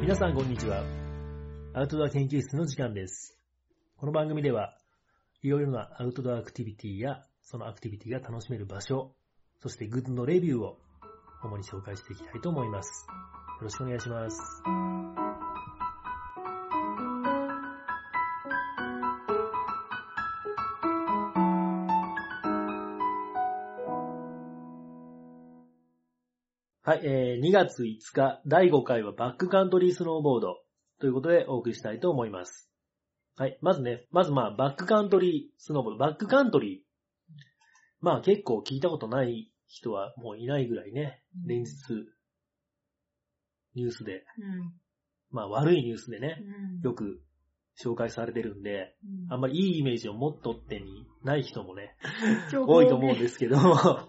皆さんこんにちは。アウトドア研究室の時間です。この番組ではいろいろなアウトドアアクティビティやそのアクティビティが楽しめる場所、そしてグッズのレビューを主に紹介していきたいと思います。よろしくお願いします。はい、2月5日第5回はバックカントリースノーボードということでお送りしたいと思います。はい、まずバックカントリースノーボード、バックカントリー。結構聞いたことない人はもういないぐらいね、連日ニュースで、悪いニュースでね、よく紹介されてるんで、あんまりいいイメージを持っとってにない人もね、多いと思うんですけど、はい。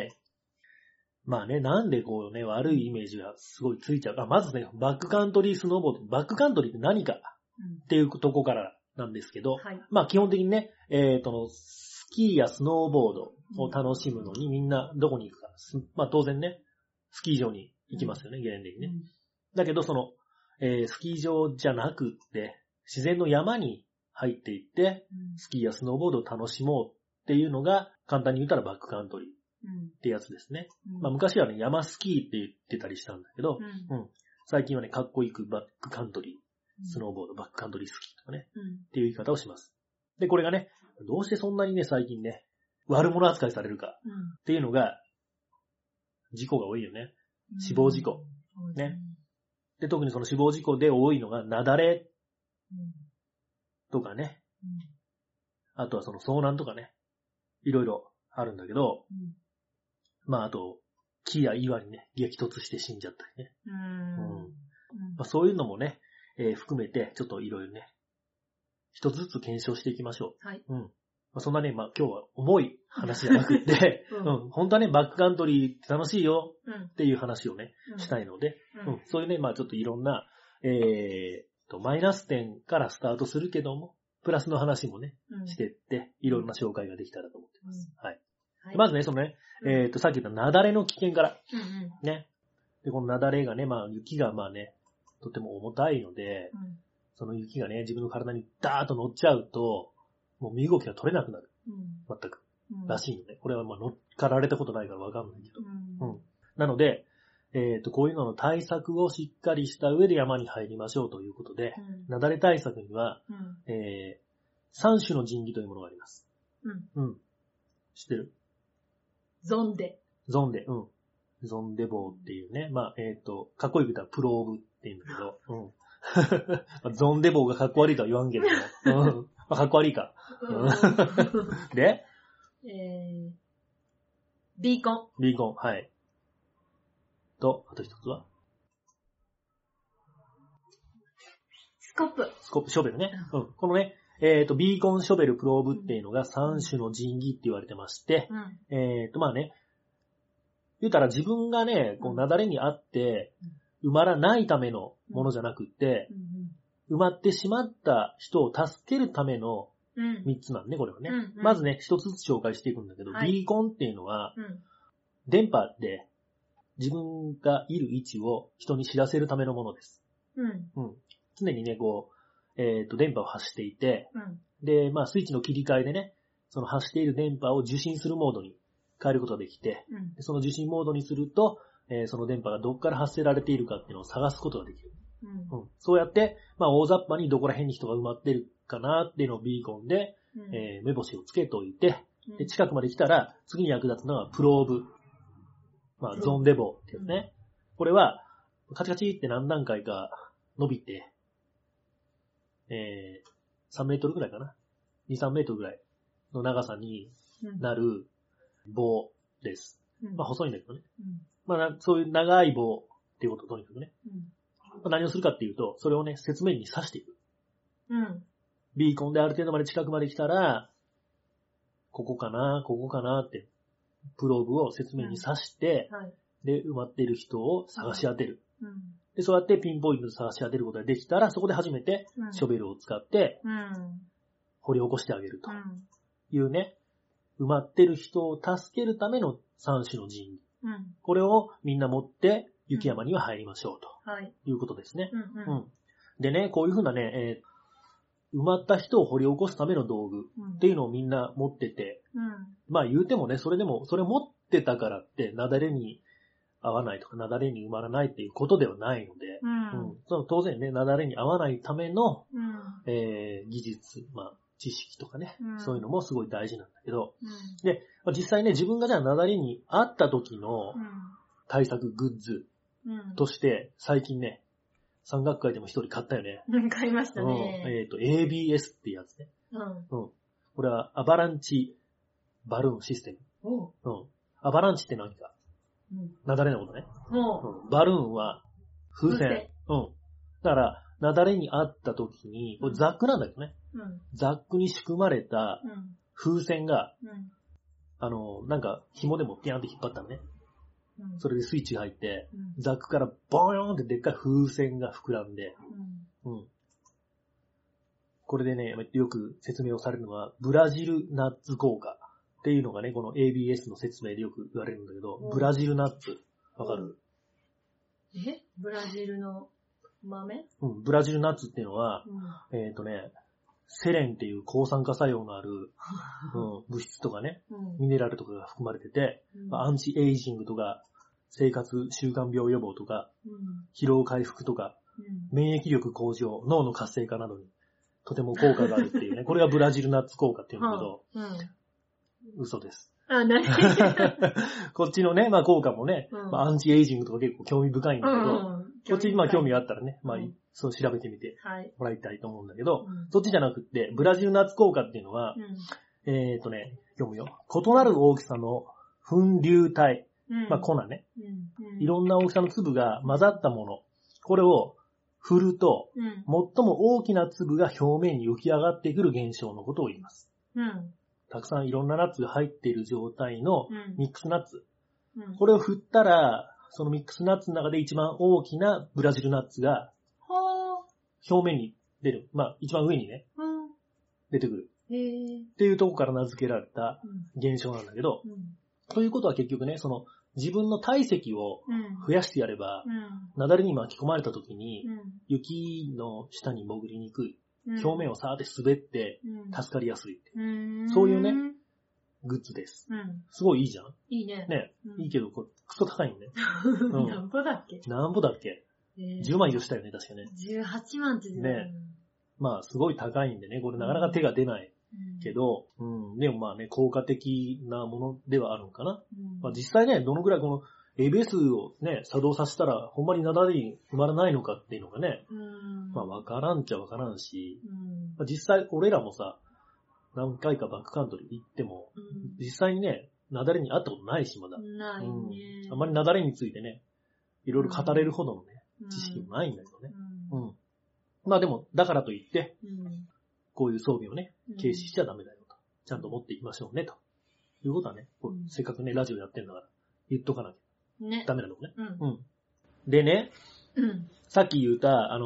なんで悪いイメージがすごいついちゃう。まずね、バックカントリースノーボード。バックカントリーって何かっていうとこからなんですけど、基本的にね、スキーやスノーボードを楽しむのにみんなどこに行くか。当然ね、スキー場に行きますよね、ゲレンデにね。だけどスキー場じゃなくって、自然の山に入っていって、スキーやスノーボードを楽しもうっていうのが、簡単に言ったらバックカントリー。ってやつですね。昔はね、山スキーって言ってたりしたんだけど、最近はね、かっこいいバックカントリー、スノーボード、バックカントリースキーとかね、っていう言い方をします。で、これがね、どうしてそんなにね、最近ね、悪者扱いされるかっていうのが、事故が多いよね。死亡事故。ね。で、特にその死亡事故で多いのが、雪崩とかね。あとはその遭難とかね。いろいろあるんだけど、あと、木や岩にね、激突して死んじゃったりね。そういうのもね、含めて、ちょっといろいろね、一つずつ検証していきましょう。はい。そんなね、今日は重い話じゃなくって、本当はね、バックカントリーって楽しいよっていう話をね、したいので、そういうね、ちょっといろんな、マイナス点からスタートするけども、プラスの話もね、してって、いろんな紹介ができたらと思ってます。はい。まずね、さっき言った雪崩の危険から、ね。で、この雪崩がね、雪がとても重たいので、その雪がね、自分の体にダーッと乗っちゃうと、もう身動きが取れなくなる。全く。らしいのね。これは乗っかられたことないからわかんないけど。なので、こういうのの対策をしっかりした上で山に入りましょうということで、雪崩対策には、3種の神器というものがあります。知ってる？ ゾンデ。 ゾンデ棒っていうね。かっこいい歌はプローブって言うんだけど、ゾンデ棒がかっこ悪いとは言わんけども、かっこ悪いか。で、 ビーコン、 はい。と、あと一つはスコップ、 ショベルね。このね、ビーコン、ショベル、プローブっていうのが3種の神器って言われてまして、言うたら自分がね、雪崩にあって埋まらないためのものじゃなくって、埋まってしまった人を助けるための3つなんね、これはね。まずね、一つずつ紹介していくんだけど、ビーコンっていうのは、電波で自分がいる位置を人に知らせるためのものです。常にね、電波を発していて、で、スイッチの切り替えでね、その発している電波を受信するモードに変えることができて、でその受信モードにすると、その電波がどこから発せられているかっていうのを探すことができる。そうやって、大雑把にどこら辺に人が埋まってるかなっていうのをビーコンで、目星をつけておいて、で、近くまで来たら、次に役立つのがプローブ。ゾンデ棒ってやつね。これは、カチカチって何段階か伸びて、3メートルぐらいかな。2、3メートルぐらいの長さになる棒です。細いんだけどね。そういう長い棒っていうこととにかくね。何をするかっていうと、それをね、雪面に刺していく。ビーコンである程度まで近くまで来たら、ここかなって、プローブを雪面に刺して、で、埋まっている人を探し当てる。で、そうやってピンポイントで探し当てることができたら、そこで初めてショベルを使って、掘り起こしてあげるというね、埋まってる人を助けるための3種の神器。これをみんな持って雪山には入りましょうと。 はい。 いうことですね。 うんうん。 でね、こういうふうなね、埋まった人を掘り起こすための道具っていうのをみんな持ってて、まあ言うてもね、それでも、それ持ってたからって、雪崩に合わないとか、雪崩に埋まらないっていうことではないので、その当然ね、雪崩に合わないための、技術、まあ知識とかね、そういうのもすごい大事なんだけど、で、実際ね、自分がじゃあ雪崩に遭った時の対策グッズとして、最近ね、山岳会でも一人買ったよね。 買いましたね。 ABS ってやつね。これはアバランチバルーンシステム。アバランチって何か。雪崩のことね。バルーンは風船。だから、雪崩にあった時に、これザックなんだけどね。ザックに仕組まれた風船が、なんか紐でもピャンって引っ張ったのね。それでスイッチが入って、ザックからボーンってでっかい風船が膨らんで、これでね、よく説明をされるのは、ブラジルナッツ効果っていうのがね、この ABS の説明でよく言われるんだけど、ブラジルナッツ、わかる？ ブラジルの豆？ ブラジルナッツっていうのは、セレンっていう抗酸化作用のある、物質とかね、ミネラルとかが含まれてて、アンチエイジングとか、生活習慣病予防とか、疲労回復とか、免疫力向上、脳の活性化などにとても効果があるっていうね、これがブラジルナッツ効果っていうんだけど、嘘です。こっちのね、まあ効果もね、アンチエイジングとか結構興味深いんだけど、こっちにまあ興味があったらね、まあそう調べてみてもらいたいと思うんだけど、そっちじゃなくって、ブラジルナッツ効果っていうのは、読むよ。異なる大きさの粉流体、まあ粉ね、いろんな大きさの粒が混ざったもの、これを振ると、最も大きな粒が表面に浮き上がってくる現象のことを言います。たくさんいろんなナッツが入っている状態のミックスナッツ。これを振ったら、そのミックスナッツの中で一番大きなブラジルナッツが表面に出る。まあ一番上にね、出てくる。っていうところから名付けられた現象なんだけど、ということは結局ね、その自分の体積を増やしてやれば、雪崩に巻き込まれた時に、雪の下に潜りにくい。表面をさーって滑って助かりやすい。そういうね、グッズです。すごいいいじゃん？ いいね。 ね、いいけど、クソ高いんね。 なんぼだっけ？ なんぼだっけ？10万以上したよね、確かね。 18万ってね。まあ、すごい高いんでね、これなかなか手が出ない。けど、でもまあね、効果的なものではあるのかな。まあ実際ね、どのくらいこの ABS をね、作動させたら、ほんまに雪崩に埋まらないのかっていうのがね、まあわからんっちゃわからんし、まあ、実際俺らもさ、何回かバックカントリー行っても、実際にね、雪崩に会ったことないし、まだ。 ないね。 あんまり雪崩についてね、いろいろ語れるほどのね、知識もないんだけどね。まあでも、だからといって、こういう装備をね、軽視しちゃダメだよと。ちゃんと持っていきましょうね、ということはね、せっかくね、ラジオやってんだから、言っとかなきゃダメなのね。でね、さっき言った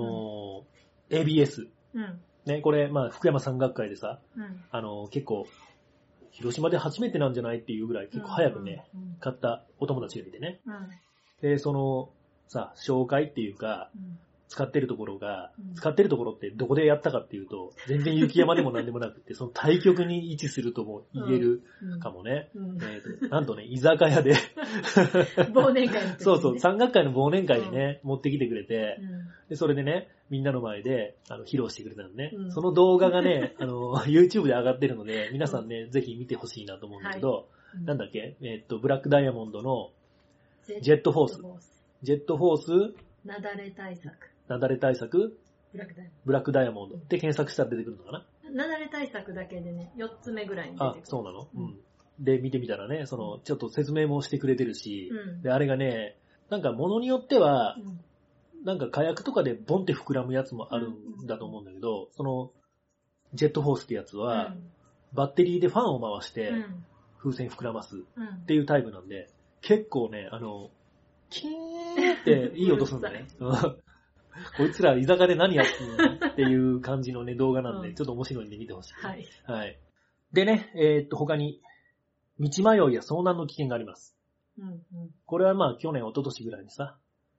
、ABS。ね、これ、まあ、福山山岳会でさ、結構、広島で初めてなんじゃないっていうぐらい結構早くね、買ったお友達がいてね。で、その、さ、紹介っていうか、使ってるところってどこでやったかっていうと、全然雪山でもなんでもなくて、その対極に位置するとも言えるかもね。なんとね、居酒屋で忘年会、 そうそう、山岳会の忘年会でね、持ってきてくれて、で、それでね、みんなの前で披露してくれたのね。その動画がね、YouTube で上がってるので、皆さんね、ぜひ見てほしいなと思うんだけど、なんだっけブラックダイヤモンドのジェットフォース。ジェットフォース雪崩対策。 雪崩対策ブラックダイヤモンドって検索したら出てくるのかな？ 雪崩対策だけでね、4つ目ぐらいに出てくる。 あ、そうなの？で、見てみたらね、ちょっと説明もしてくれてるし、で、あれがね、なんか物によっては、なんか火薬とかでボンって膨らむやつもあるんだと思うんだけど、その、ジェットフォースってやつは、バッテリーでファンを回して、風船膨らますっていうタイプなんで、結構ね、キーンっていい音するんだね。こいつら居酒屋で何やってんのっていう感じのね、動画なんで、ちょっと面白いんで見てほしい。はい。はい。でね、他に、道迷いや遭難の危険があります。これはまあ去年、一昨年ぐらいにさ、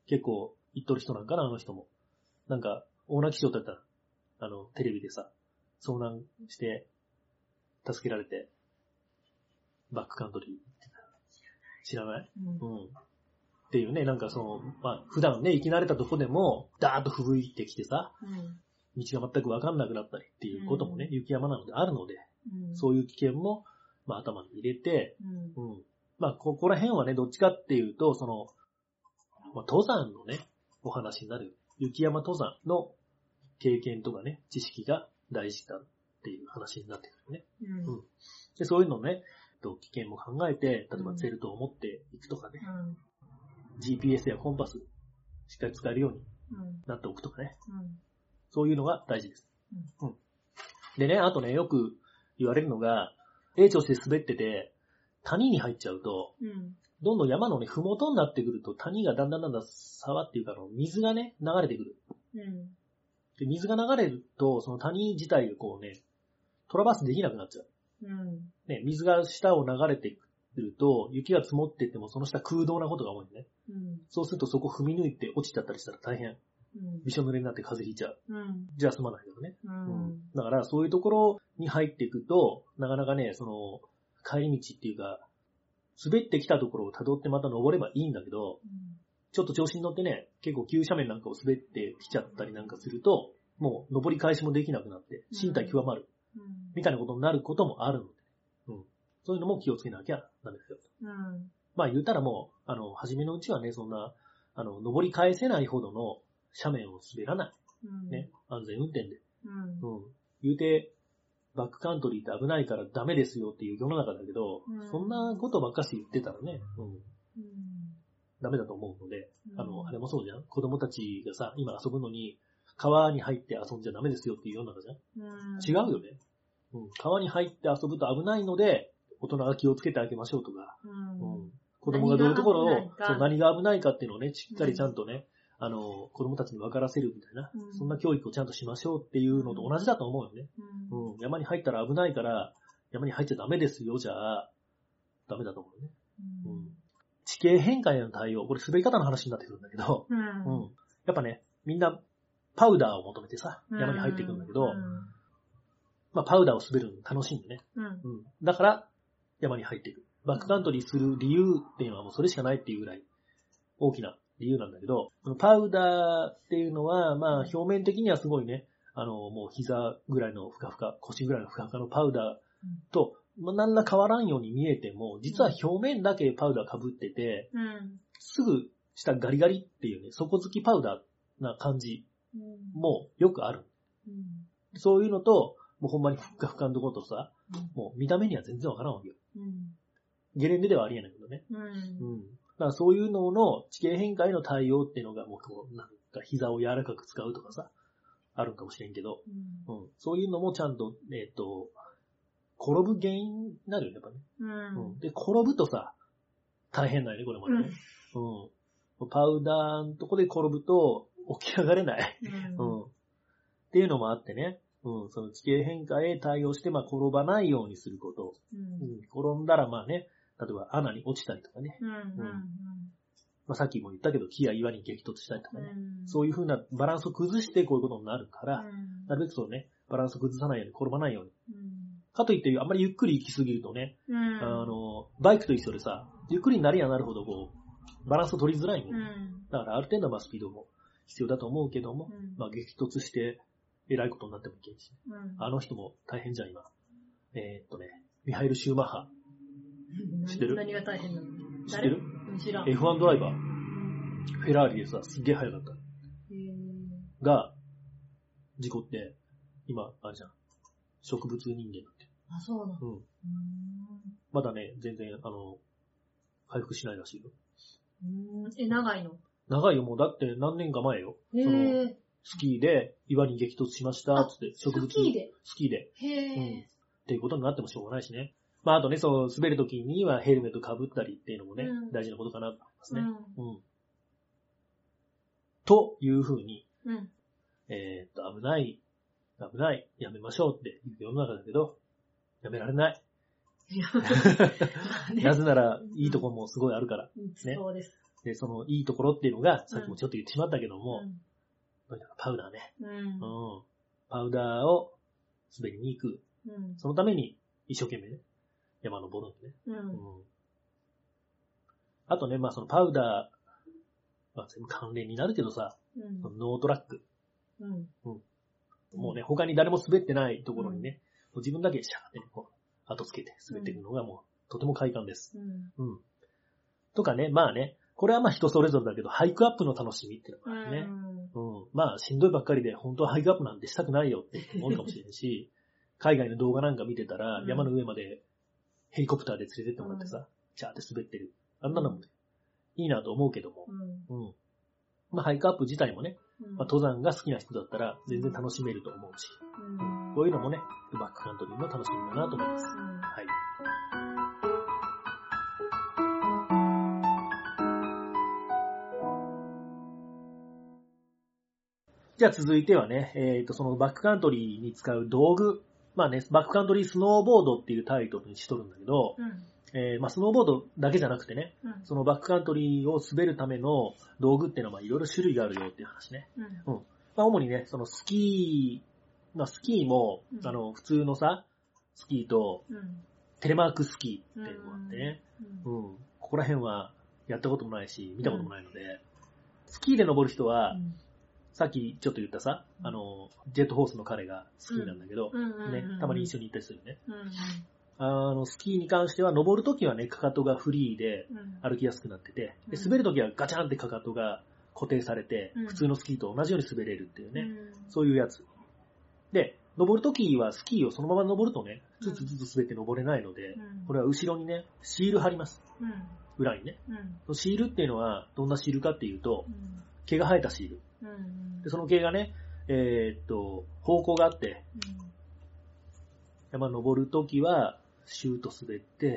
結構言っとる人なんかな、あの人も。なんか、大泣きしようとやったら、テレビでさ、遭難して、助けられて、バックカントリー。知らない？うん。っていうね、なんかまあ、普段ね、生き慣れたとこでも、ダーッと吹雪いてきてさ、道が全くわかんなくなったりっていうこともね、雪山なのであるので、そういう危険も、まあ、頭に入れて、まあ、ここら辺はね、どっちかっていうと、まあ、登山のね、お話になる、雪山登山の経験とかね、知識が大事だっていう話になってくるね。でそういうのをね、危険も考えて、例えばゼルトを持っていくとかね、GPS やコンパスしっかり使えるようになっておくとかね、そういうのが大事です。でね、あとね、よく言われるのが、霊長して滑ってて、谷に入っちゃうと、どんどん山のね、ふもとになってくると、谷がだんだん沢っていうか水がね、流れてくる。で水が流れると、その谷自体がこうね、トラバースできなくなっちゃう。ね、水が下を流れてくると、雪が積もってってもその下空洞なことが多いね。そうするとそこ踏み抜いて落ちちゃったりしたら大変。びしょ濡れになって風邪ひいちゃう。じゃあ済まないよね。だからそういうところに入っていくと、なかなかね、帰り道っていうか、滑ってきたところを辿ってまた登ればいいんだけど、ちょっと調子に乗ってね、結構急斜面なんかを滑ってきちゃったりなんかすると、もう登り返しもできなくなって、身体極まる。みたいなことになることもあるので、そういうのも気をつけなきゃダメですよ。まあ言うたらもう、初めのうちはね、そんな、登り返せないほどの斜面を滑らない。ね、安全運転で。言うて、バックカントリーって危ないからダメですよっていう世の中だけど、そんなことばっかし言ってたらね、ダメだと思うので、あれもそうじゃん。子供たちがさ、今遊ぶのに、川に入って遊んじゃダメですよっていう世の中じゃん。違うよね。川に入って遊ぶと危ないので、大人が気をつけてあげましょうとか、子供がどういうところを、何が危ないかっていうのをね、しっかりちゃんとね、子供たちに分からせるみたいな、そんな教育をちゃんとしましょうっていうのと同じだと思うよね。山に入ったら危ないから、山に入っちゃダメですよじゃあ、ダメだと思うね。地形変化への対応、これ滑り方の話になってくるんだけど、やっぱね、みんなパウダーを求めてさ、山に入っていくんだけど、まあパウダーを滑るの楽しいんでね。だから、山に入っていく。バックカントリーする理由っていうのはもうそれしかないっていうぐらい大きな理由なんだけど、パウダーっていうのは、まあ表面的にはすごいね、もう膝ぐらいのふかふか、腰ぐらいのふかふかのパウダーと、まあ、何ら変わらんように見えても、実は表面だけパウダー被ってて、すぐ下ガリガリっていうね、底付きパウダーな感じもよくある。そういうのと、もうほんまにふっかふかのとことさ、もう見た目には全然わからんわけよ。ゲレンデではありえないけどね。だからそういうのの地形変化への対応っていうのがもうこう、なんか膝を柔らかく使うとかさ、あるかもしれんけど、そういうのもちゃんと、転ぶ原因になるよね、やっぱね。で、転ぶとさ、大変だよね、これまでね。パウダーのとこで転ぶと起き上がれない。っていうのもあってね。その地形変化へ対応して、まあ、転ばないようにすること。転んだら、まあね、例えば穴に落ちたりとかね。まあ、さっきも言ったけど、木や岩に激突したりとかね。そういう風なバランスを崩してこういうことになるから、なるべくそうね、バランスを崩さないように、転ばないように。かといって、あんまりゆっくり行き過ぎるとね、バイクと一緒でさ、ゆっくりになりやなるほど、こう、バランスを取りづらいね。だから、ある程度はスピードも必要だと思うけども、まあ、激突して、偉いことになってもいけんし、あの人も大変じゃん、今。ミハイル・シューマッハ。知ってる？ 何が大変なの？ 知ってる？ 知らん。 F1 ドライバー。フェラーリでさ、すっげえ速かった。が、事故って、今、あれじゃん。植物人間だって。 あ、そうなの？ まだね、全然、回復しないらしいよ。 長いの？ 長いよ、もうだって何年か前よ。スキーで岩に激突しました、つって、植物。スキーで。っていうことになってもしょうがないしね。まあ、あとね、そう、滑るときにはヘルメット被ったりっていうのもね、大事なことかなと思いますね。というふうに、危ない、やめましょうっていう世の中だけど、やめられない。なぜなら、いいところもすごいあるから。 そうです。 で、そのいいところっていうのが、さっきもちょっと言ってしまったけども、 うんとにかくパウダーね。 うんパウダーを滑りに行く。 うんそのために一生懸命ね、山登るんでね。 うんあとね、そのパウダー、全部関連になるけどさ、 うんノートラック。 うんもうね、他に誰も滑ってないところにね、もう自分だけシャーってね、こう後つけて滑っていくのがもうとても快感です。とかね、これは人それぞれだけど、ハイクアップの楽しみっていうのがあるね。しんどいばっかりで、本当はハイクアップなんてしたくないよって思うかもしれないし、海外の動画なんか見てたら、山の上までヘリコプターで連れてってもらってさ、チャーって滑ってる。あんなのもいいなと思うけども、ハイクアップ自体もね、登山が好きな人だったら全然楽しめると思うし、こういうのもね、バックカントリーの楽しみだなと思います。はい。じゃあ続いてはね、そのバックカントリーに使う道具、バックカントリースノーボードっていうタイトルにしとるんだけど、スノーボードだけじゃなくてね、そのバックカントリーを滑るための道具っていうのはいろいろ種類があるよっていう話ね。主にね、そのスキー、スキーも、普通のさ、スキーと、テレマークスキーっていうのがあってね、ここら辺はやったこともないし、見たこともないので、スキーで登る人は、さっきちょっと言ったさ、ジェットホースの彼がスキーなんだけど、ね、たまに一緒に行ったりするね。スキーに関しては、登るときはね、かかとがフリーで歩きやすくなってて、で滑るときはガチャンってかかとが固定されて、普通のスキーと同じように滑れるっていうね、そういうやつ。で、登るときはスキーをそのまま登るとね、ずつ滑って登れないので、これは後ろにね、シール貼ります。裏にね。シールっていうのは、どんなシールかっていうと、毛が生えたシール。でその毛がね、方向があって、山登るときは、シュート滑って、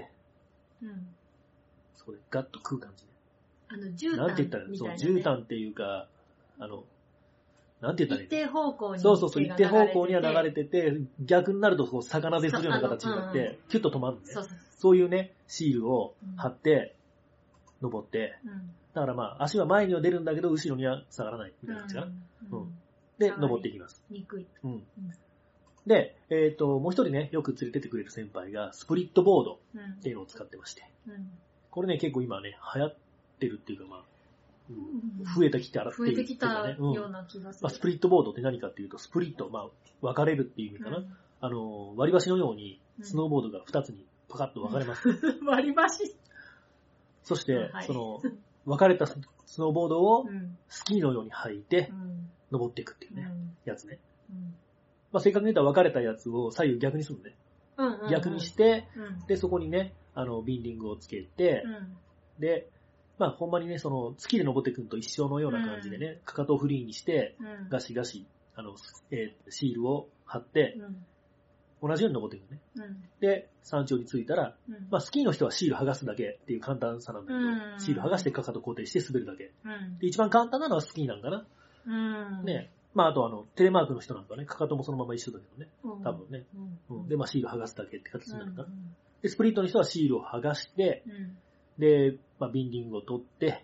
そこでガッと食う感じね。 絨毯なんて言ったらいいの？そう、絨毯っていうか、なんて言ったらいいの？ 一定方向に。 そう、一定方向には流れてて、逆になるとこう魚でするような形になって、キュッと止まるんで、ね。そういうね、シールを貼って、登って、だから足は前には出るんだけど、後ろには下がらないみたいな感じかな。で、登っていきます。 にくい。 で、もう一人ね、よく連れてってくれる先輩が、スプリットボードっていうのを使ってまして。これね、結構今ね、流行ってるっていうか、増えてきたらっていう、 増えてきたような気がする。 スプリットボードって何かっていうと、スプリット、分かれるっていう意味かな。割り箸のように、スノーボードが2つにパカッと分かれます。 割り箸そして、分かれたスノーボードをスキーのように履いて、登っていくっていうね、やつね。正確に言ったら分かれたやつを左右逆にするのね。逆にして、で、そこにね、ビンディングをつけて、で、ほんまにね、スキーで登ってくると一緒のような感じでね、かかとをフリーにして、ガシガシ、シールを貼って、同じように登っていくのね。で、山頂に着いたら、スキーの人はシール剥がすだけっていう簡単さなんだけど、シール剥がしてかかと固定して滑るだけ。で、一番簡単なのはスキーなんかな。ね。あとテレマークの人なんかね、かかともそのまま一緒だけどね。多分ね。で、シール剥がすだけって形になるかな。で、スプリットの人はシールを剥がして、で、ビンディングを取って、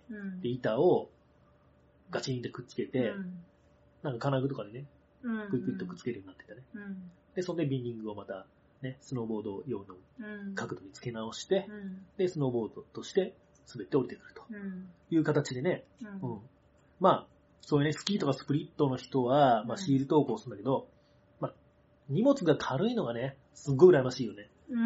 で、板をガチンってくっつけて、なんか金具とかでね、クイックイッとくっつけるようになってたね。で、それでビンディングをまた、ね、スノーボード用の角度に付け直して、で、スノーボードとして滑って降りてくるという形でね、そういうね、スキーとかスプリットの人は、シール投稿するんだけど、荷物が軽いのがね、すっごい羨ましいよね。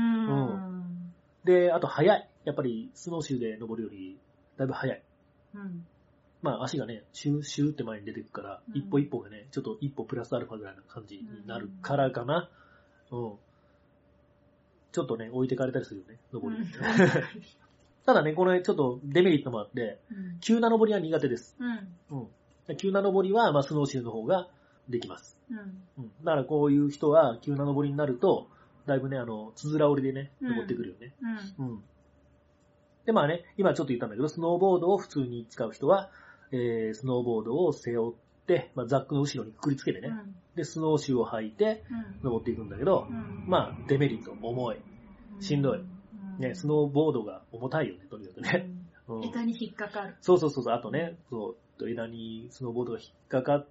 で、あと早い。やっぱりスノーシューで登るより、だいぶ早い。足がね、シューシューって前に出てくから、一歩一歩がね、ちょっと一歩プラスアルファぐらいな感じになるからかな。ちょっとね、置いてかれたりするよね、登り。ただね、これちょっとデメリットもあって、急な登りは苦手です。急な登りは、スノーシューの方ができます。だからこういう人は、急な登りになると、だいぶね、つづら折りでね、登ってくるよね。で、今ちょっと言ったんだけど、スノーボードを普通に使う人は、スノーボードを背負って、ザックの後ろにくくりつけてね、で、スノーシューを履いて、登っていくんだけど、デメリット、重い。しんどい。ね、スノーボードが重たいよね、とにかくね。 うん、 枝に引っかかる。 そう。あとね、枝にスノーボードが引っかかって、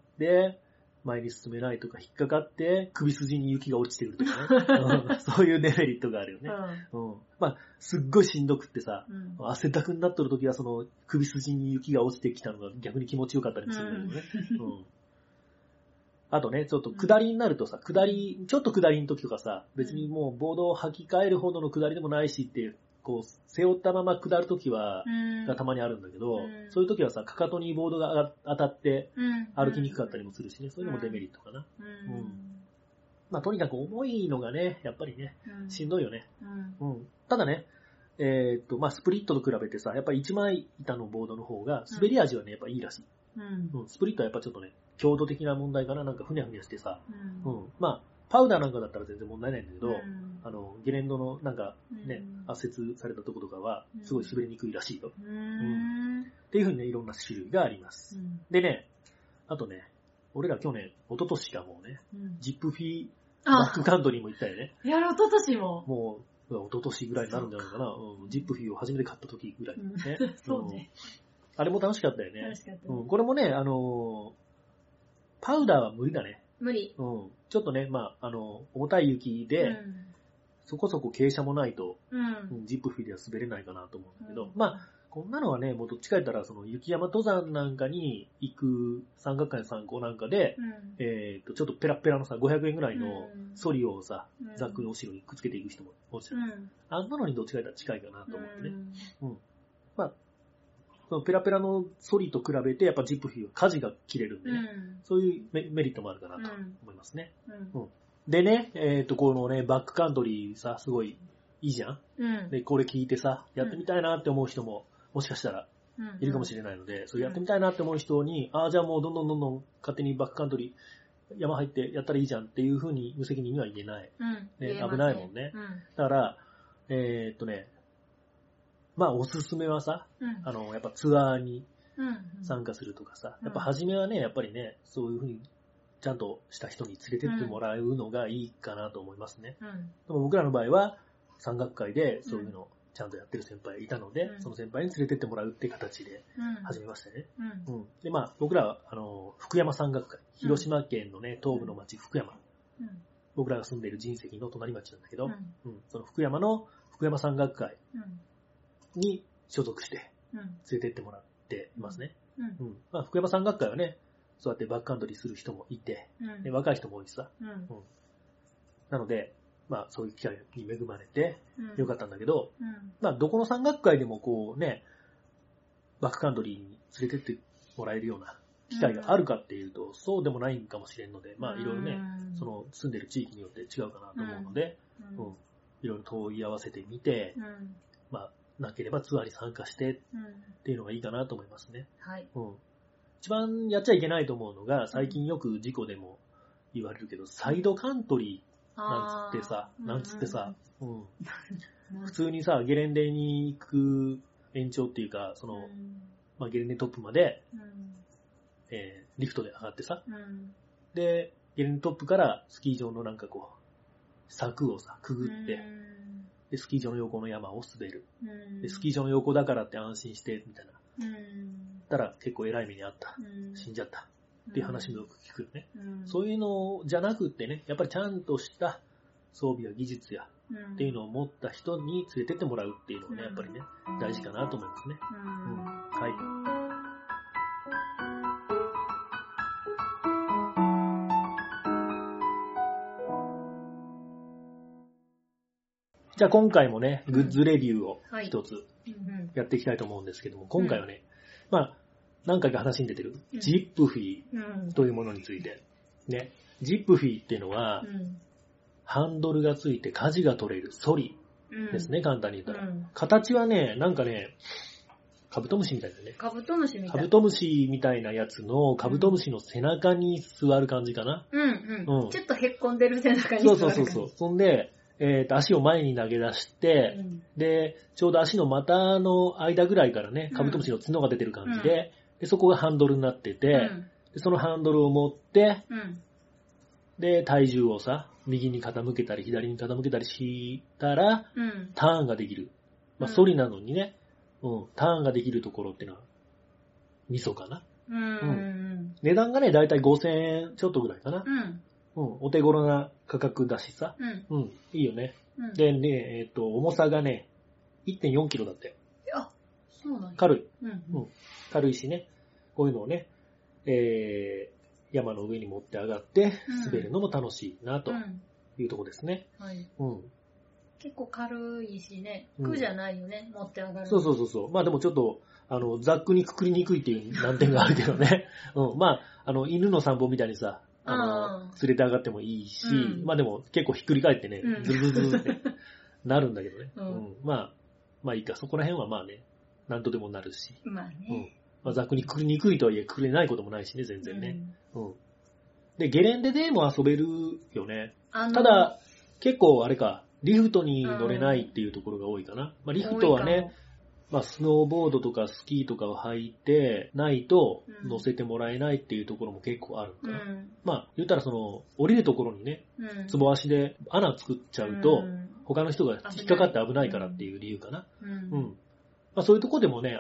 前に進めないとか引っかかって、首筋に雪が落ちてくるとかね。そういうデメリットがあるよね。まあ、すっごいしんどくってさ、汗だくになっとるときはその首筋に雪が落ちてきたのが逆に気持ちよかったりもするんだけどね。あとね、ちょっと下りになるとさ、ちょっと下りの時とかさ、別にもうボードを履き替えるほどの下りでもないしって、こう、背負ったまま下る時は、がたまにあるんだけど、そういう時はさ、かかとにボードが当たって歩きにくかったりもするしね、そういうのもデメリットかな。まあ、とにかく重いのがね、やっぱりね、しんどいよね。ただね、まあ、スプリットと比べてさ、やっぱり一枚板のボードの方が滑り味はね、やっぱいいらしい。スプリットはやっぱちょっとね、強度的な問題かな、なんかふにゃふにゃしてさ、まあ、パウダーなんかだったら全然問題ないんだけど、ゲレンドのなんかね、圧接されたところとかは、すごい滑りにくいらしいよ。っていう風にね、いろんな種類があります。でね、あとね、俺ら去年、一昨年かもうね、ジップフィーバックカントリーも行ったよね。 一昨年も。 もう、一昨年ぐらいになるんじゃないかな。ジップフィーを初めて買った時ぐらいね。 そうね。 あれも楽しかったよね。 楽しかった。 これもね、パウダーは無理だね。 無理。 ちょっとね、まあ、重たい雪で、そこそこ傾斜もないと、ジップフィーでは滑れないかなと思うんだけど、まあ、こんなのはね、もうどっちか言ったら、その雪山登山なんかに行く山岳会の参考なんかで、ちょっとペラペラのさ、500円ぐらいのソリをさ、ザックの後ろにくっつけていく人もおるじゃん。あんなのにどっちか言ったら近いかなと思ってね。まあ、そのペラペラのソリと比べて、やっぱジップフィーは舵が切れるんでね、そういうメリットもあるかなと思いますね。でね、このね、バックカントリーさ、すごいいいじゃん。で、これ聞いてさ、やってみたいなって思う人も、もしかしたらいるかもしれないので、それやってみたいなって思う人に、じゃあもうどんどん勝手にバックカントリー、山入ってやったらいいじゃんっていう風に無責任には言えない。危ないもんね。だから、まあおすすめはさ、やっぱツアーに参加するとかさ、やっぱ初めはね、やっぱりね、そういう風にちゃんとした人に連れてってもらうのがいいかなと思いますね。でも僕らの場合は、山岳会でそういうのをちゃんとやってる先輩がいたので、その先輩に連れてってもらうって形で始めましたね。で、まあ僕らは、福山山岳会、広島県のね、東部の町福山。僕らが住んでいる神石の隣町なんだけど、その福山の福山山岳会に所属して連れてってもらっていますね。まあ、福山山岳会はね、そうやってバックカントリーする人もいて、若い人も多いしさ。なので、まあそういう機会に恵まれてよかったんだけど、まあどこの山岳会でもこうね、バックカントリーに連れてってもらえるような機会があるかっていうと、そうでもないんかもしれんので、まあいろいろね、その住んでる地域によって違うかなと思うので、いろいろ問い合わせてみて、まあなければツアーに参加してっていうのがいいかなと思いますね。一番やっちゃいけないと思うのが、最近よく事故でも言われるけど、サイドカントリーなんつってさ、普通にさ、ゲレンデに行く延長っていうか、その、まあ、ゲレンデトップまで、リフトで上がってさ、で、ゲレンデトップからスキー場のなんかこう、柵をさ、くぐって、で、スキー場の横の山を滑る。で、スキー場の横だからって安心して、みたいな。たら結構偉い目にあった。死んじゃった。っていう話もよく聞くよね。そういうのじゃなくってね、やっぱりちゃんとした装備や技術やっていうのを持った人に連れてってもらうっていうのがね、やっぱりね、大事かなと思いますね。はい。じゃあ今回もね、グッズレビューを一つやっていきたいと思うんですけども、今回はね、まあ、何回か話に出てる、ジップフィーというものについて。ね、ジップフィーっていうのは、ハンドルがついて舵が取れるソリですね、簡単に言ったら。形はね、なんかね、カブトムシみたいだね。 カブトムシみたいな。 カブトムシみたいなやつの、カブトムシの背中に座る感じかな。 ちょっとへっこんでる背中に座る感じ。 そう。そんで、足を前に投げ出して、で、ちょうど足の股の間ぐらいからね、カブトムシの角が出てる感じで、でそこがハンドルになってて、でそのハンドルを持って、で、体重をさ、右に傾けたり左に傾けたりしたら、ターンができる。まあ、ソリなのにね、 ターンができるところっていうのは、味噌かな。 うん値段がね、だいたい5000円ちょっとぐらいかな。 うんお手頃な価格だしさ。 うんいいよね。 うんでね、重さがね、1.4 キロだって。 あ、そうなんや。 軽い。 うん軽いしね。こういうのをね、山の上に持って上がって滑るのも楽しいなというところですね。 はい。 うん。 結構軽いしね、苦じゃないよね、持って上がる。 そう。まあでもちょっと、ザックにくくりにくいっていう難点があるけどね。まあ、犬の散歩みたいにさ、連れて上がってもいいし、まあでも結構ひっくり返ってね、ズルズルズルってなるんだけどね。まあいいか、そこら辺はまあね、なんとでもなるし。 まあね。 まあ、ザックにくくりにくいとはいえ、くくれないこともないしね、全然ね。で、ゲレンデでも遊べるよね。ただ、結構あれか、リフトに乗れないっていうところが多いかな。まあ、リフトはね、まあ、スノーボードとかスキーとかを履いてないと乗せてもらえないっていうところも結構あるかな。まあ、言ったら降りるところにね、つぼ足で穴作っちゃうと、他の人が引っかかって危ないからっていう理由かな。まあ、そういうとこでもね、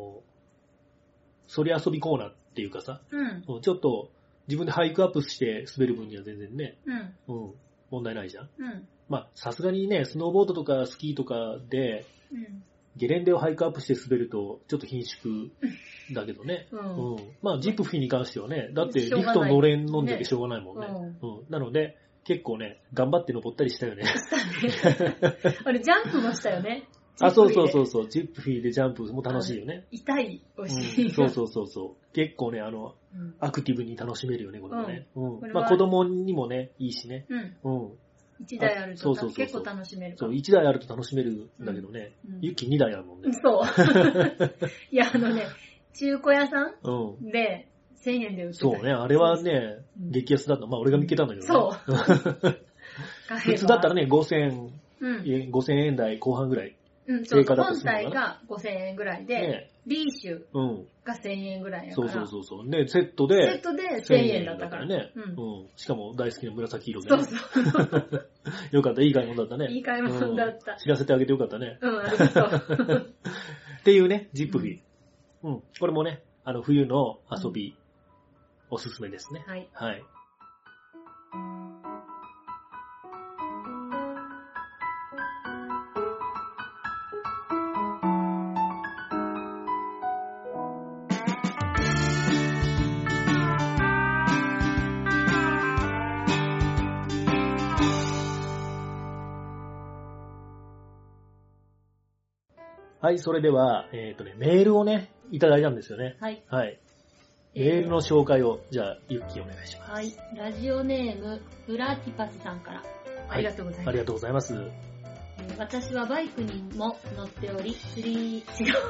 そり遊びコーナーっていうかさ、ちょっと自分でハイクアップして滑る分には全然ね、問題ないじゃん。まあ、さすがにね、スノーボードとかスキーとかで、ゲレンデをハイクアップして滑ると、ちょっと貧縮だけどね。まあ、ジップフィに関してはね、だってリフト乗れんのんでしょうがないもんね。なので、結構ね、頑張って登ったりしたよね。 あれ、ジャンプもしたよね。 そう。ジップフィーでジャンプも楽しいよね。 痛い、お尻。 そう。結構ね、アクティブに楽しめるよね、これもね。まあ子供にもね、いいしね。 1台あると結構楽しめる。 そう、1台あると楽しめるんだけどね。ユッキー2台あるもんね。 そう。いや、中古屋さんで1000円で売ってた。 そうね、あれはね、激安だった。まあ俺が見つけたんだけどね。 そう。 普通だったらね、5000円台後半ぐらい。 そう、本体が5000円ぐらいで、リーシュが1000円ぐらいやから。 そう。ね、セットで 1000円だったからね。 しかも大好きな紫色で。 そう。 よかった、いい買い物だったね。 いい買い物だった。 知らせてあげてよかったね。 ありがとう。 っていうね、ジップフィー。これもね、冬の遊び、おすすめですね。はい。はい、それでは、メールをね、いただいたんですよね。 はい。 メールの紹介を、じゃあ、ゆっきーお願いします。 はい。ラジオネーム、ブラティパスさんから。ありがとうございます。 ありがとうございます。 私はバイクにも乗っており、スリ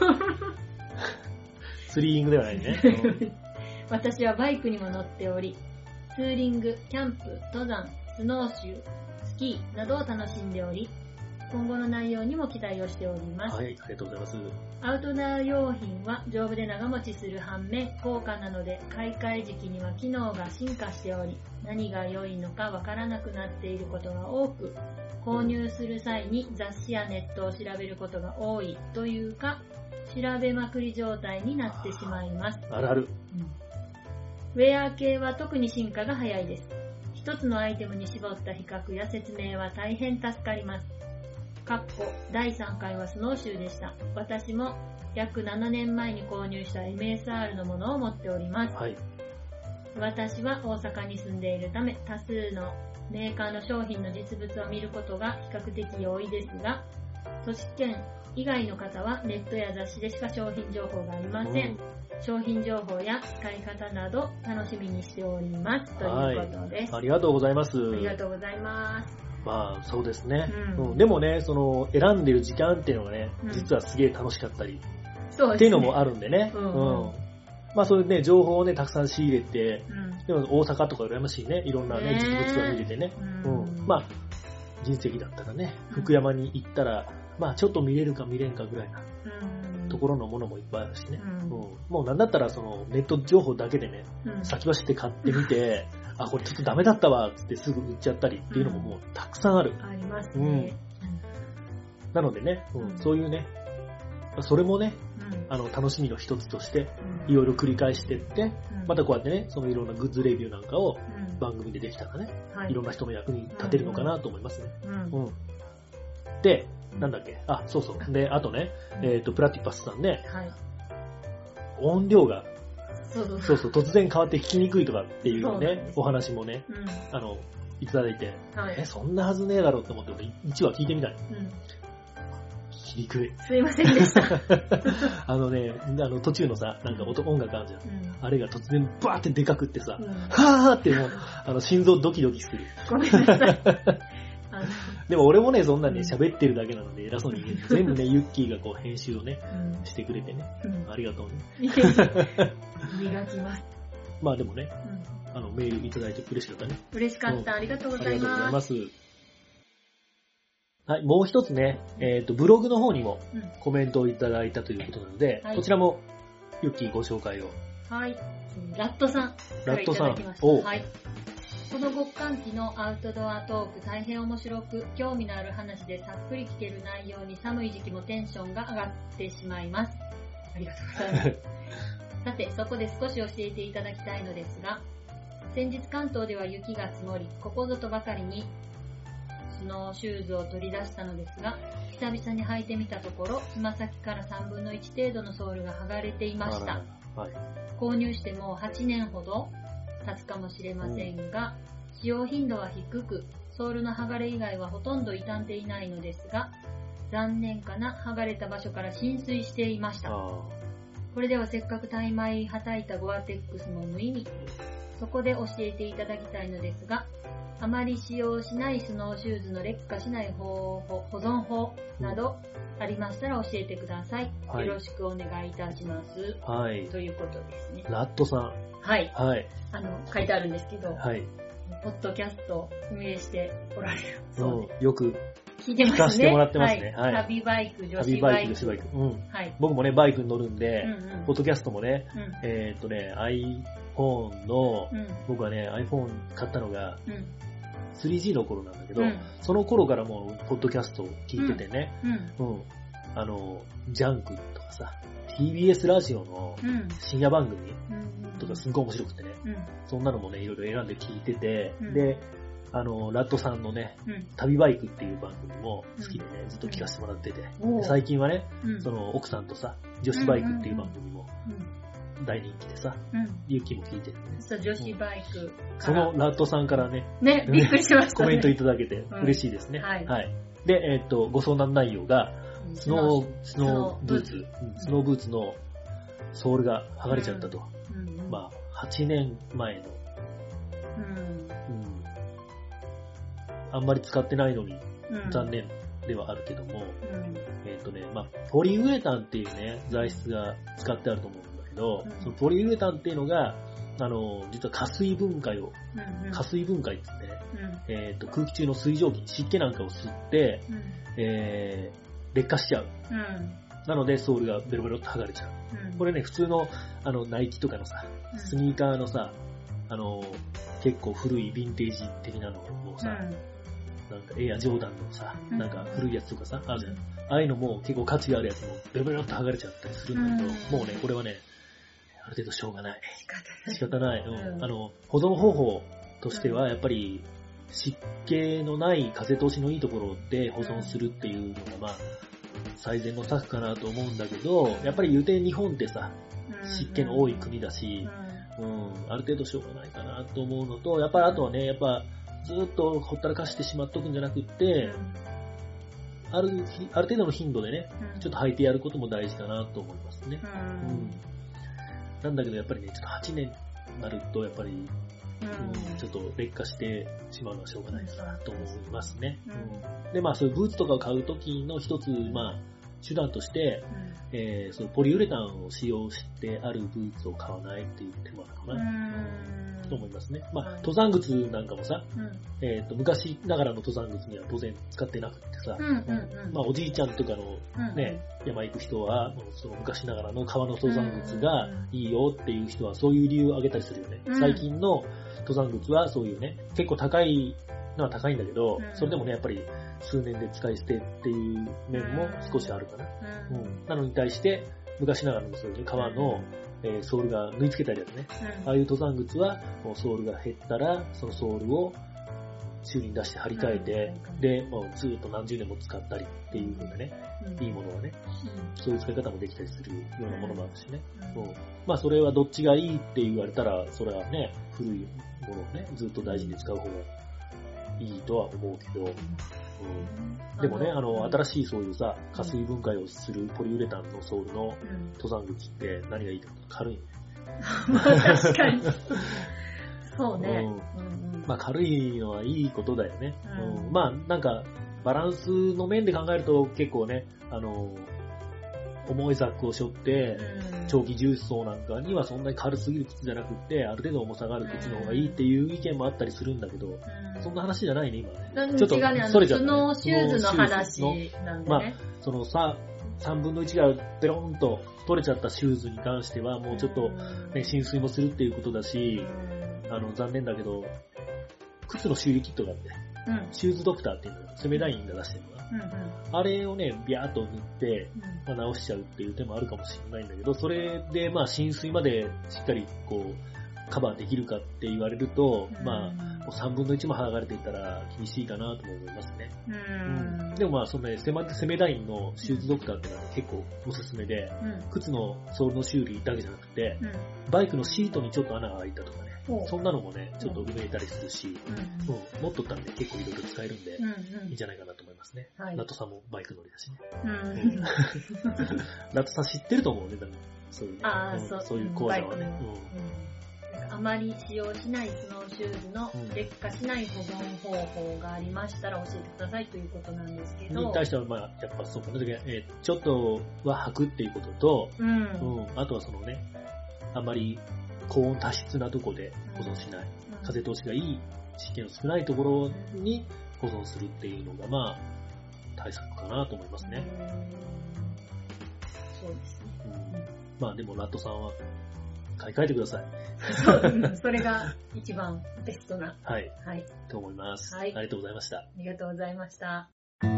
ーイングではないね。 私はバイクにも乗っており、ツーリング、キャンプ、登山、スノーシュー、スキーなどを楽しんでおり、今後の内容にも期待をしております。 はい、ありがとうございます。 アウトドア用品は丈夫で長持ちする反面、高価なので買い替え時期には機能が進化しており、何が良いのかわからなくなっていることが多く、購入する際に雑誌やネットを調べることが多いというか、調べまくり状態になってしまいます。 あるある。 ウェア系は特に進化が早いです。一つのアイテムに絞った比較や説明は大変助かります。第3回はスノーシューでした。私も約7年前に購入した MSR のものを持っております。はい、私は大阪に住んでいるため、多数のメーカーの商品の実物を見ることが比較的多いですが、都市圏以外の方はネットや雑誌でしか商品情報がありません。商品情報や使い方など楽しみにしております。ということです。 ありがとうございます。 ありがとうございます。 まあ、そうですね。でもね、選んでる時間っていうのがね、実はすげえ楽しかったり、っていうのもあるんでね。まあ、そういうね、情報をね、たくさん仕入れて、でも大阪とか羨ましいね、いろんなね、実物が見れてね。まあ、人石だったらね、福山に行ったら、まあ、ちょっと見れるか見れんかぐらいなところのものもいっぱいあるしね。もうなんだったら、ネット情報だけでね、先走って買ってみて、これちょっとダメだったわってすぐ売っちゃったりっていうのももうたくさんある。 ありますね。 なのでね、そういうね、 それもね、 うん。 楽しみの一つとして、 うんいろいろ繰り返してって、 うんまたこうやってね、そのいろんなグッズレビューなんかをうん番組でできたらね、 はいいろんな人の役に立てるのかなと思いますね。 うんうん。で、なんだっけ、あ、そうそう。で、あとね、プラティパスさんね、 はい。 音量が、 そうそうそう、突然変わって聞きにくいとかっていうそうなんねで、すお話もね、 うん。 いただいて、 はい。 そんなはずねえだろうって思って、1話聞いてみたい。 うん。 聞きにくい。 すいませんでした。 途中のさ、なんか音楽あるじゃん。 うん。 あれが突然バーってでかくってさ、 うんはーってもう、心臓ドキドキする。 ごめんなさい。 でも俺もね、そんなね、喋ってるだけなので偉そうに言う。全部ね、ユッキーがこう編集をね、 うんしてくれてね。 うんありがとうね。 いえいえ磨きます。 まあでもね、 うんメールいただいて嬉しかったね。 嬉しかった。ありがとうございありがとうございま。 ますす。はい、もう一つね、ブログの方にもうんコメントをいただいたということなので、 はいこちらもユッキーご紹介を。 はい。ラットさん。 ラットさんからいただきましたおうはい。この極寒期のアウトドアトーク大変面白く、興味のある話でたっぷり聞ける内容に寒い時期もテンションが上がってしまいます。ありがとうございます。さて、そこで少し教えていただきたいのですが、先日関東では雪が積もり、ここぞとばかりにスノーシューズを取り出したのですが、久々に履いてみたところ、つま先から3分の1程度のソールが剥がれていました。 あらはい。 購入してもう8年ほど経つかもしれませんが、使用頻度は低く、ソールの剥がれ以外はほとんど傷んでいないのですが、残念かな、剥がれた場所から浸水していました。 あこれではせっかくタイマイはたいたゴアテックスも無意味。そこで教えていただきたいのですが、あまり使用しないスノーシューズの劣化しない保存法などありましたら教えてください。 はいよろしくお願いいたします。 あ。はい。 ということですね。 ラットさん。 はい。 はい。 書いてあるんですけど、 はい。 ポッドキャストを運営しておられるそうでよくす。聞いてますね。 聞かせてもらってますねはい旅バイク、女旅バイク、 子バイク。 女子バイク。うん。 はい。 僕もね、バイクに乗るんで、 うんうんポッドキャストもね、 うん iPhone の、 うん僕はね、iPhone 買ったのがうん 3G の頃なんだけど、 うんその頃からもう、ポッドキャストを聞いててね、 うんうん。ジャンクとかさ、TBS ラジオのうん深夜番組うんとかすんごい面白くてね、 うんそんなのもね、いろいろ選んで聞いてて、 うんで、ラットさんのね、 うん旅バイクっていう番組も好きでね、ずっと聞かせてもらってて、 おーで最近はね、 うんその奥さんとさ、女子バイクっていう番組もうん大人気でさ、 うんゆきも聞いてるね。 そう、女子バイクそのラットさんからね、 ね、びっくりしましたね。 コメントいただけてうん嬉しいですね。 はいで、ご相談内容が、 うんスノーブーツ、スノーブーツのソールが剥がれちゃったと。 うんうんまあ、8年前の、 うんあんまり使ってないのにうん残念ではあるけども、 うんまあ、ポリウレタンっていうね、材質が使ってあると思うんだけど、 うんそのポリウレタンっていうのが、実は加水分解を、 うん加水分解って言ってね、 うん空気中の水蒸気、湿気なんかを吸って、 うん劣化しちゃう。 うんなので、ソールがベロベロっと剥がれちゃう。 うんこれね、普通の、ナイキとかのさ、 うんスニーカーのさ、結構古いヴィンテージ的なのをさ、なんかエアジョーダンのさ、 うんなんか古いやつとかさ、あるじゃん。ああいうのも結構価値があるやつもベロベロっと剥がれちゃったりするんだけど、 うんもうね、これはね、ある程度しょうがない。 仕方ない。 仕方ない。 うん保存方法としては、やっぱり、湿気のない風通しのいいところで保存するっていうのが、まあ、最善の策かなと思うんだけど、やっぱり言うて日本ってさ、湿気の多い国だし、ある程度しょうがないかなと思うのと、やっぱりあとはね、やっぱずっとほったらかしてしまっとくんじゃなくって、ある程度の頻度でね、ちょっと履いてやることも大事かなと思いますね。なんだけどやっぱりね、ちょっと8年になると、やっぱり、ちょっと劣化してしまうのはしょうがないかなと思いますね。で、まあそういうブーツとかを買うときの一つ、まあ、手段として、そのポリウレタンを使用してあるブーツを買わないっていう手間かなと思いますね。まあ、登山靴なんかもさ、昔ながらの登山靴には当然使ってなくってさ、まあおじいちゃんとかのね、山行く人は、その昔ながらの革の登山靴がいいよっていう人はそういう理由を挙げたりするよね。最近の登山靴はそういうね、結構高いのは高いんだけど、 うんそれでもね、やっぱり数年で使い捨てっていう面も少しあるかな。なのに対して、昔ながらのそういう革の、ソールが縫い付けたりだとね、ああいう登山靴は、もうソールが減ったら、そのソールを修理に出して張り替えて、で、もうずっと何十年も使ったりっていう風なね、いいものはね、そういう使い方もできたりするようなものもあるしね。まあそれはどっちがいいって言われたら、それはね、古いものをね、ずっと大事に使う方がいいとは思うけど、でもね、新しいそういうさ、加水分解をするポリウレタンのソールの登山靴って何がいいか軽いね。 確かに。そうね。 まあ軽いのはいいことだよね。まあなんか、バランスの面で考えると結構ね、重いザックを背負って、長期重走なんかにはそんなに軽すぎる靴じゃなくって、ある程度重さがある靴の方がいいっていう意見もあったりするんだけど、そんな話じゃないね、今ね。 ちょっとそれじゃスノーシューズの話なんでね。 まあ、そのさ、3分の1がペロンと取れちゃったシューズに関しては、もうちょっと、ね、浸水もするっていうことだし、残念だけど、靴の修理キットがあって、シューズドクターっていうのが、セメダインが出してるのが、あれをね、ビャーっと塗って、まあ、直しちゃうっていう手もあるかもしれないんだけど、それでまあ浸水までしっかりこう、カバーできるかって言われると、まあ、3分の1も剥がれていたら厳しいかなと思いますね。でもまあ、そのね、セメダインのシューズドクターっていうのは、ね、結構おすすめで、靴のソールの修理だけじゃなくて、バイクのシートにちょっと穴が開いたとかね、そんなのもね、ちょっと埋めたりするし、持っとったらね、結構いろいろ使えるんで、いいんじゃないかなと思いますね。ナットさんもバイク乗りだしね。ナットさん知ってると思うね、そういうね。そういう講座はね。 あまり使用しないスノーシューズの劣化しない保存方法がありましたら教えてくださいということなんですけど。 に対しては、まあ、やっぱそうかね、ちょっとは履くっていうことと、あとはそのね、あんまり高温多湿なとこで保存しない。風通しがいい、湿気の少ないところに保存するっていうのが、まあ、対策かなと思いますね。 そうですね。 まあでも、ラットさんは、買い替えてください。 それが一番ベストな。 はい。と思います。ありがとうございました。 ありがとうございました。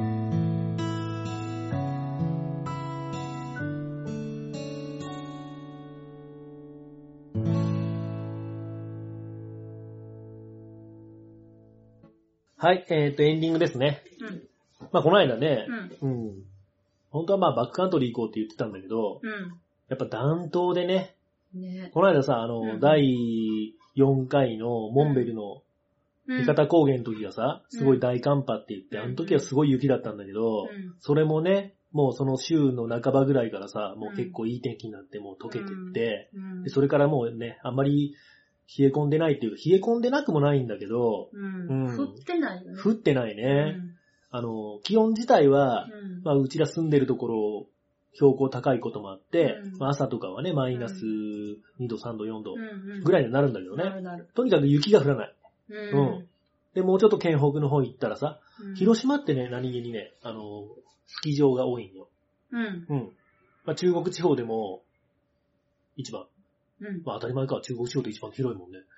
はい、エンディングですね。まあこの間ね、本当はまあバックカントリー行こうって言ってたんだけど、やっぱ暖冬でね、この間さ、第4回のモンベルの三方高原の時がさ、すごい大寒波って言って、あの時はすごい雪だったんだけど、それもね、もうその週の半ばぐらいからさ、もう結構いい天気になってもう溶けてって、でそれからもうね、あんまり冷え込んでないっていうか、冷え込んでなくもないんだけど、 降ってないよね。 降ってないね。気温自体は、まあうちら住んでるところ、標高高いこともあって、まあ、朝とかはね、マイナス2度、3度、4度ぐらいになるんだけどね。とにかく雪が降らない。で、もうちょっと県北の方行ったらさ、広島ってね、何気にね、スキー場が多いんよ。まあ、中国地方でも、一番。まあ、当たり前か、中国地方って一番広いもんね。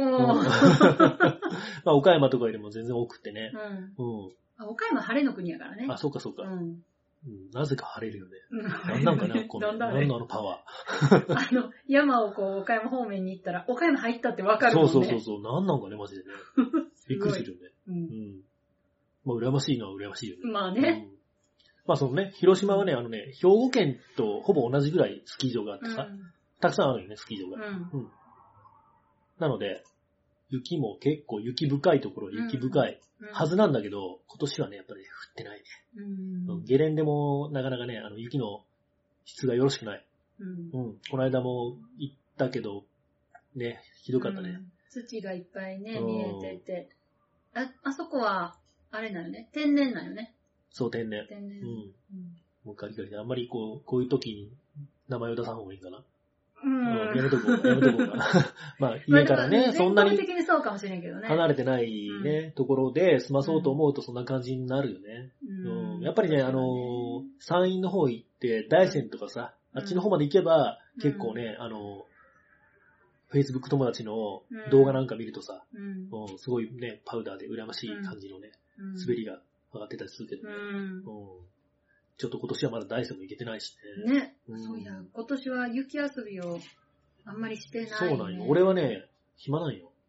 まあ、岡山とかよりも全然多くってね。 岡山晴れの国やからね。 あ、そうかそうか。なぜか晴れるよね。なんかね、なんのパワー。山をこう、岡山方面に行ったら、岡山入ったってわかるもんね。 そう。なんかね、マジでね。びっくりするよね。まあ、羨ましいのは羨ましいよね。 まあね。 まあ、そのね、広島はね、兵庫県とほぼ同じぐらいスキー場があってさ、たくさんあるよね、スキー場が。なので、雪も結構雪深いところは雪深いはずなんだけど、今年はね、やっぱり降ってないね。ゲレンデもなかなかね、雪の質がよろしくない。この間も行ったけど、ね、ひどかったね。 土がいっぱいね、見えてて。あそこは、あれなのね、天然なのね。 そう、天然。もうガリガリで、あんまりこういう時に名前を出さん方がいいかな。やめとこうかな。まあ、家からね、そんなに離れてないね、ところで済まそうと思うとそんな感じになるよね。やっぱりね、山陰の方行って、大山とかさ、あっちの方まで行けば、結構ね、 Facebook 友達の動画なんか見るとさ、すごいね、パウダーで羨ましい感じのね、滑りが上がってたりするけどね。ちょっと今年はまだダイソンも行けてないしね。 ね。そうや、今年は雪遊びをあんまりしてない、ね。 そうなんよ。俺はね、暇なんよ。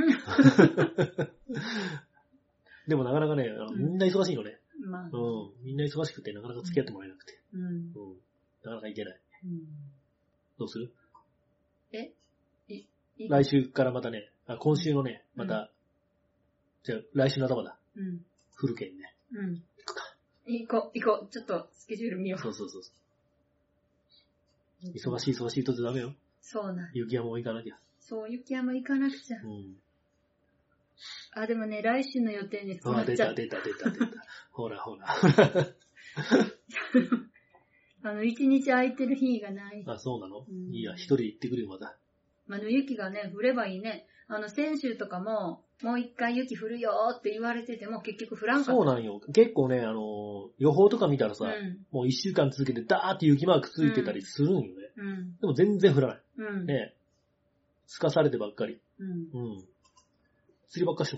でもなかなかね、みんな忙しいのね。みんな忙しくてなかなか付き合ってもらえなくて。なかなか行けない。どうする？来週からまたね、今週のね、また、じゃあ来週の頭だ。フルケンね。行くか。 行こう。ちょっとスケジュール見よう。 そう。忙しいとダメよ。 そうなん。 雪山も行かなきゃ。 そう、雪山行かなくちゃ。でもね、来週の予定に詰まっちゃう。 出た。ほら。 一日空いてる日がない。 そうなの？いいや、一人行ってくるよ、また。 雪がね、降ればいいね。先週とかもう一回雪降るよって言われてても結局降らんかった。 そうなんよ。結構ね、予報とか見たらさ、もう一週間続けてダーって雪マークついてたりするんよね。でも全然降らない。ね。すかされてばっかり。釣りばっかして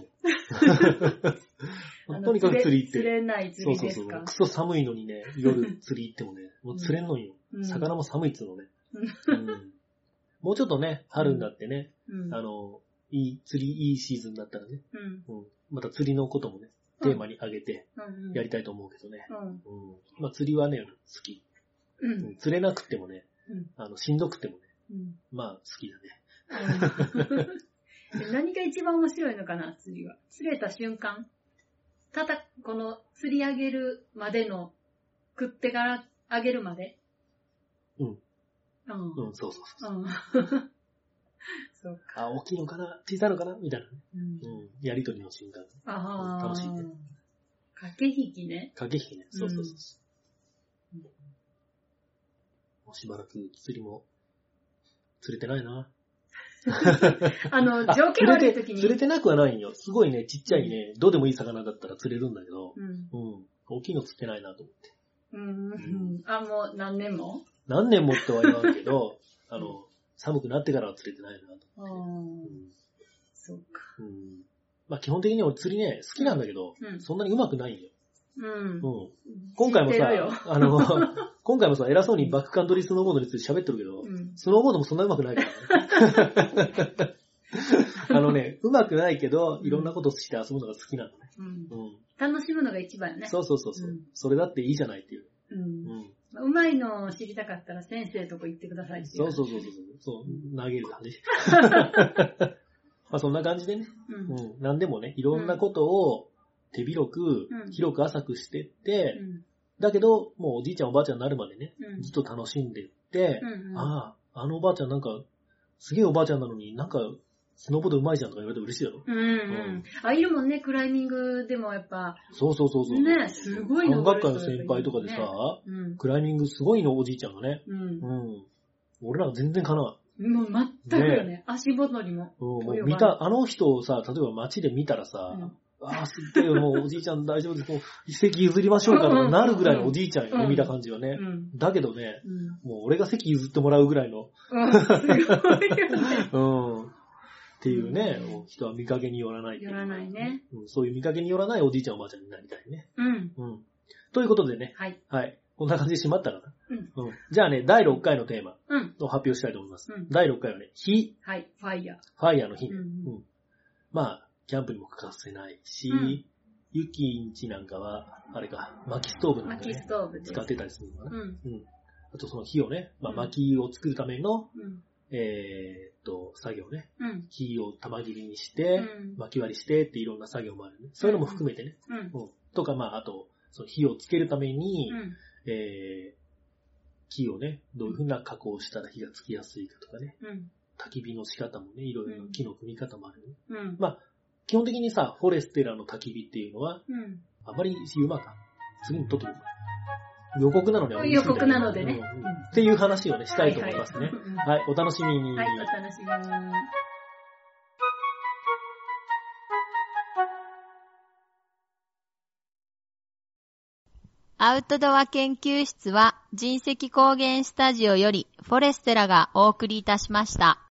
も。とにかく釣り行って。 釣れない釣りですか？ そう。クソ寒いのにね、夜釣り行ってもね、もう釣れんのよ。魚も寒いっつうのね。もうちょっとね、春になってね、いいシーズンだったらね、また釣りのこともね、テーマに挙げてやりたいと思うけどね。釣りはね、好き。釣れなくてもね、しんどくてもね、好きだね。 何が一番面白いのかな、釣りは。釣れた瞬間。この釣り上げるまでの、食ってから上げるまで。そう。そうか。 大きいのかな、小さいのかなみたいなね。やりとりの瞬間。楽しいね。 駆け引きね。 そう。もうしばらく釣りも、釣れてないな。 条件悪い時に。 釣れてなくはないんよ。すごいね、ちっちゃいね、どうでもいい魚だったら釣れるんだけど、大きいの釣ってないなと思って。 もう何年もっては言わんけど、寒くなってからは釣れてないなと思って。 そうか。 基本的に俺釣りね、好きなんだけど、そんなに上手くないんよ。今回もさ、偉そうにバックカントリースノーボードについて喋ってるけど、スノーボードもそんな上手くないからね。上手くないけど、いろんなことして遊ぶのが好きなのね。 楽しむのが一番よね。 そう。それだっていいじゃないっていう。 うまいのを知りたかったら先生とこ行ってくださいっていう。 そう、投げる話。そんな感じでね。何でもね、いろんなことを手広く、広く浅くしてって、だけど、もうおじいちゃんおばあちゃんになるまでね、ずっと楽しんでって、あのおばあちゃんなんか、すげえおばあちゃんなのになんか、スノーボード上手いじゃんとか言われて嬉しいだろ。 いるもんね、クライミングでもやっぱ。 そう。 ね、すごいの。 学会の先輩とかでさ、クライミングすごいのおじいちゃんがね。俺らは全然かなわん。 もう全くよね。足元にも。 もうあの人をさ、例えば街で見たらさ、すっげえもうおじいちゃん大丈夫です。もう席譲りましょうかとなるぐらいのおじいちゃんよね、見た感じはね。だけどね、もう俺が席譲ってもらうぐらいの。 すごいよね。 っていうね、人は見かけによらない。 よらないね。 そういう見かけによらないおじいちゃんおばあちゃんになりたいね。ということでね。はい。こんな感じでしまったかな。じゃあね、第6回のテーマを発表したいと思います。第6回はね、火。 はい、ファイヤー。 ファイヤーの火。キャンプにも欠かせないし、ユキんちなんかは、あれか、薪ストーブなんかね、使ってたりするのかな。あとその火をね、薪を作るための、作業ね。火を玉切りにして、薪割りしてっていろんな作業もあるね。そういうのも含めてね。とか、あと、その火をつけるために、木をね、どういう風な加工をしたら火がつきやすいかとかね。焚き火の仕方もね、いろいろ木の組み方もあるね。基本的にさ、フォレステラの焚き火っていうのは、あまり言うまか。次に撮ってみるか。予告なので。 予告なのでね。 っていう話をね、したいと思いますね。はい、お楽しみに。 はい、お楽しみに。 アウトドア研究室は人石高原スタジオよりフォレステラがお送りいたしました。